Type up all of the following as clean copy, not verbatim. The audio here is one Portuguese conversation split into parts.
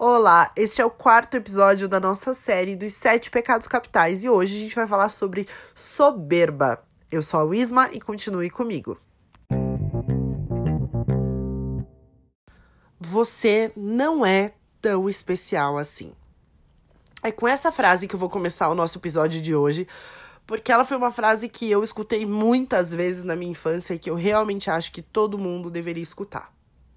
Olá, este é o quarto episódio da nossa série dos 7 pecados capitais e hoje a gente vai falar sobre soberba. Eu sou a Isma e continue comigo. Você não é tão especial assim. É com essa frase que eu vou começar o nosso episódio de hoje, porque ela foi uma frase que eu escutei muitas vezes na minha infância e que eu realmente acho que todo mundo deveria escutar.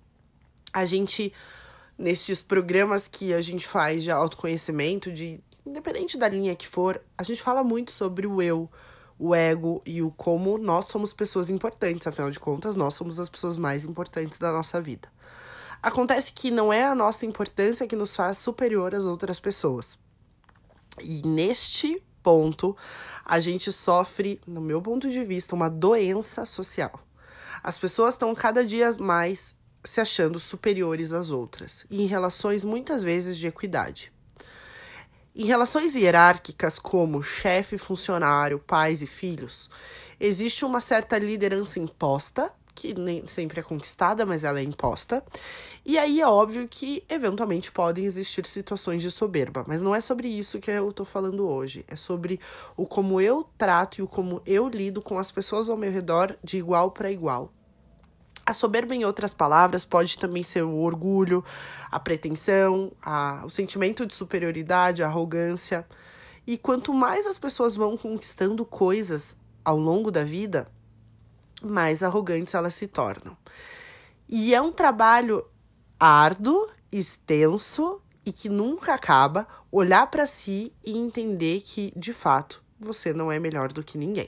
Nestes programas que a gente faz de autoconhecimento, independente da linha que for, a gente fala muito sobre o eu, o ego e o como nós somos pessoas importantes. Afinal de contas, nós somos as pessoas mais importantes da nossa vida. Acontece que não é a nossa importância que nos faz superior às outras pessoas. E neste ponto, a gente sofre, no meu ponto de vista, uma doença social. As pessoas estão cada dia mais se achando superiores às outras, e em relações muitas vezes de equidade. Em relações hierárquicas como chefe, funcionário, pais e filhos, existe uma certa liderança imposta, que nem sempre é conquistada, mas ela é imposta, e aí é óbvio que eventualmente podem existir situações de soberba, mas não é sobre isso que eu tô falando hoje, é sobre o como eu trato e o como eu lido com as pessoas ao meu redor de igual para igual. A soberba, em outras palavras, pode também ser o orgulho, a pretensão, o sentimento de superioridade, a arrogância. E quanto mais as pessoas vão conquistando coisas ao longo da vida, mais arrogantes elas se tornam. E é um trabalho árduo, extenso e que nunca acaba olhar para si e entender que, de fato, você não é melhor do que ninguém.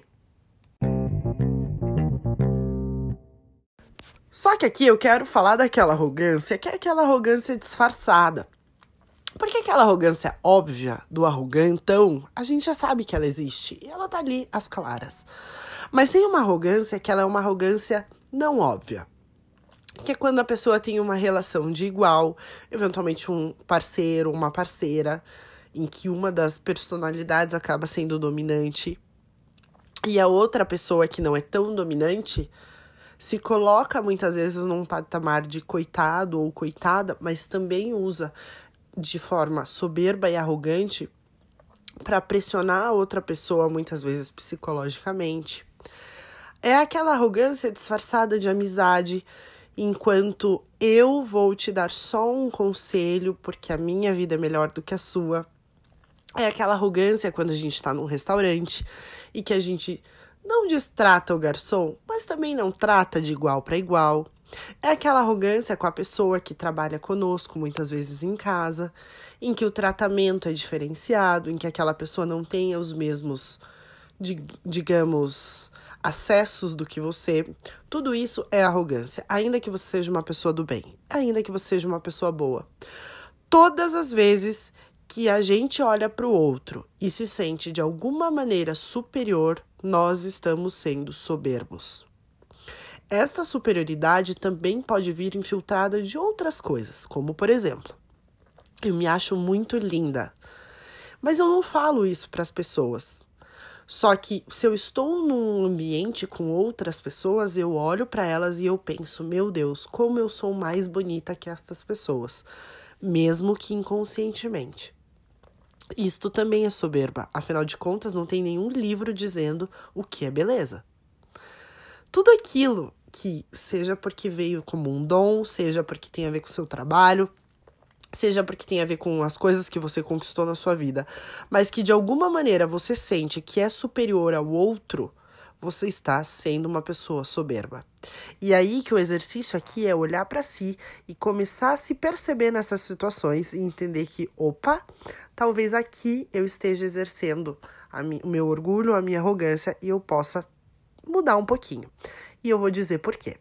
Só que aqui eu quero falar daquela arrogância, que é aquela arrogância disfarçada. Porque aquela arrogância óbvia do arrogantão, a gente já sabe que ela existe. E ela tá ali, às claras. Mas tem uma arrogância que ela é uma arrogância não óbvia. Que é quando a pessoa tem uma relação de igual, eventualmente um parceiro, uma parceira, em que uma das personalidades acaba sendo dominante. E a outra pessoa que não é tão dominante se coloca muitas vezes num patamar de coitado ou coitada, mas também usa de forma soberba e arrogante para pressionar a outra pessoa, muitas vezes psicologicamente. É aquela arrogância disfarçada de amizade, enquanto eu vou te dar só um conselho porque a minha vida é melhor do que a sua. É aquela arrogância quando a gente está num restaurante e que a gente não destrata o garçom, mas também não trata de igual para igual. É aquela arrogância com a pessoa que trabalha conosco, muitas vezes em casa, em que o tratamento é diferenciado, em que aquela pessoa não tenha os mesmos, digamos, acessos do que você. Tudo isso é arrogância, ainda que você seja uma pessoa do bem, ainda que você seja uma pessoa boa. Todas as vezes que a gente olha para o outro e se sente de alguma maneira superior, nós estamos sendo soberbos. Esta superioridade também pode vir infiltrada de outras coisas, como por exemplo, eu me acho muito linda, mas eu não falo isso para as pessoas. Só que se eu estou num ambiente com outras pessoas, eu olho para elas e eu penso, meu Deus, como eu sou mais bonita que estas pessoas, mesmo que inconscientemente. Isto também é soberba, afinal de contas não tem nenhum livro dizendo o que é beleza. Tudo aquilo que, seja porque veio como um dom, seja porque tem a ver com o seu trabalho, seja porque tem a ver com as coisas que você conquistou na sua vida, mas que de alguma maneira você sente que é superior ao outro, você está sendo uma pessoa soberba. E aí que o exercício aqui é olhar para si e começar a se perceber nessas situações e entender que, opa, talvez aqui eu esteja exercendo o meu orgulho, a minha arrogância e eu possa mudar um pouquinho. E eu vou dizer por quê.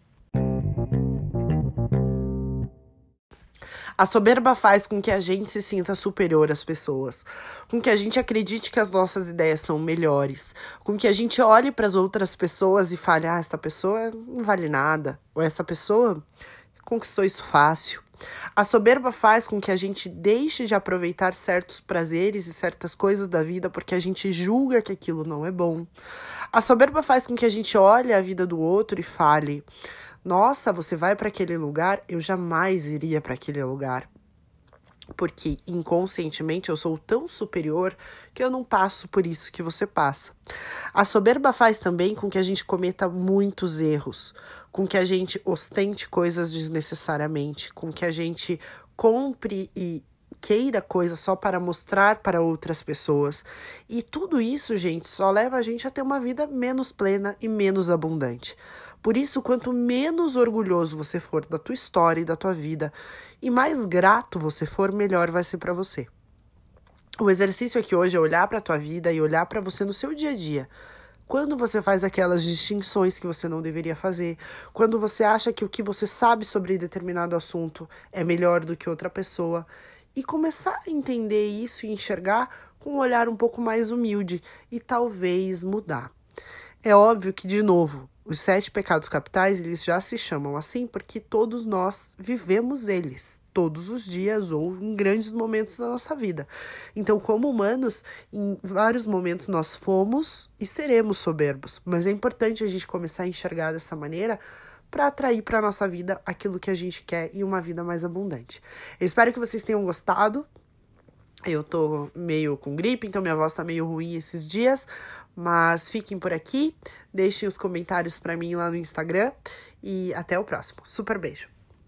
A soberba faz com que a gente se sinta superior às pessoas, com que a gente acredite que as nossas ideias são melhores, com que a gente olhe para as outras pessoas e fale, essa pessoa não vale nada, ou essa pessoa conquistou isso fácil. A soberba faz com que a gente deixe de aproveitar certos prazeres e certas coisas da vida porque a gente julga que aquilo não é bom. A soberba faz com que a gente olhe a vida do outro e fale, nossa, você vai para aquele lugar? Eu jamais iria para aquele lugar. Porque inconscientemente eu sou tão superior que eu não passo por isso que você passa. A soberba faz também com que a gente cometa muitos erros, com que a gente ostente coisas desnecessariamente, com que a gente compre e queira coisas só para mostrar para outras pessoas. E tudo isso, gente, só leva a gente a ter uma vida menos plena e menos abundante. Por isso, quanto menos orgulhoso você for da tua história e da tua vida, e mais grato você for, melhor vai ser para você. O exercício aqui hoje é olhar para a tua vida e olhar para você no seu dia a dia. Quando você faz aquelas distinções que você não deveria fazer, quando você acha que o que você sabe sobre determinado assunto é melhor do que outra pessoa, e começar a entender isso e enxergar com um olhar um pouco mais humilde e talvez mudar. É óbvio que, de novo, os 7 pecados capitais, eles já se chamam assim porque todos nós vivemos eles, todos os dias ou em grandes momentos da nossa vida. Então, como humanos, em vários momentos nós fomos e seremos soberbos, mas é importante a gente começar a enxergar dessa maneira para atrair para a nossa vida aquilo que a gente quer e uma vida mais abundante. Eu espero que vocês tenham gostado. Eu tô meio com gripe, então minha voz tá meio ruim esses dias, mas fiquem por aqui, deixem os comentários pra mim lá no Instagram e até o próximo. Super beijo!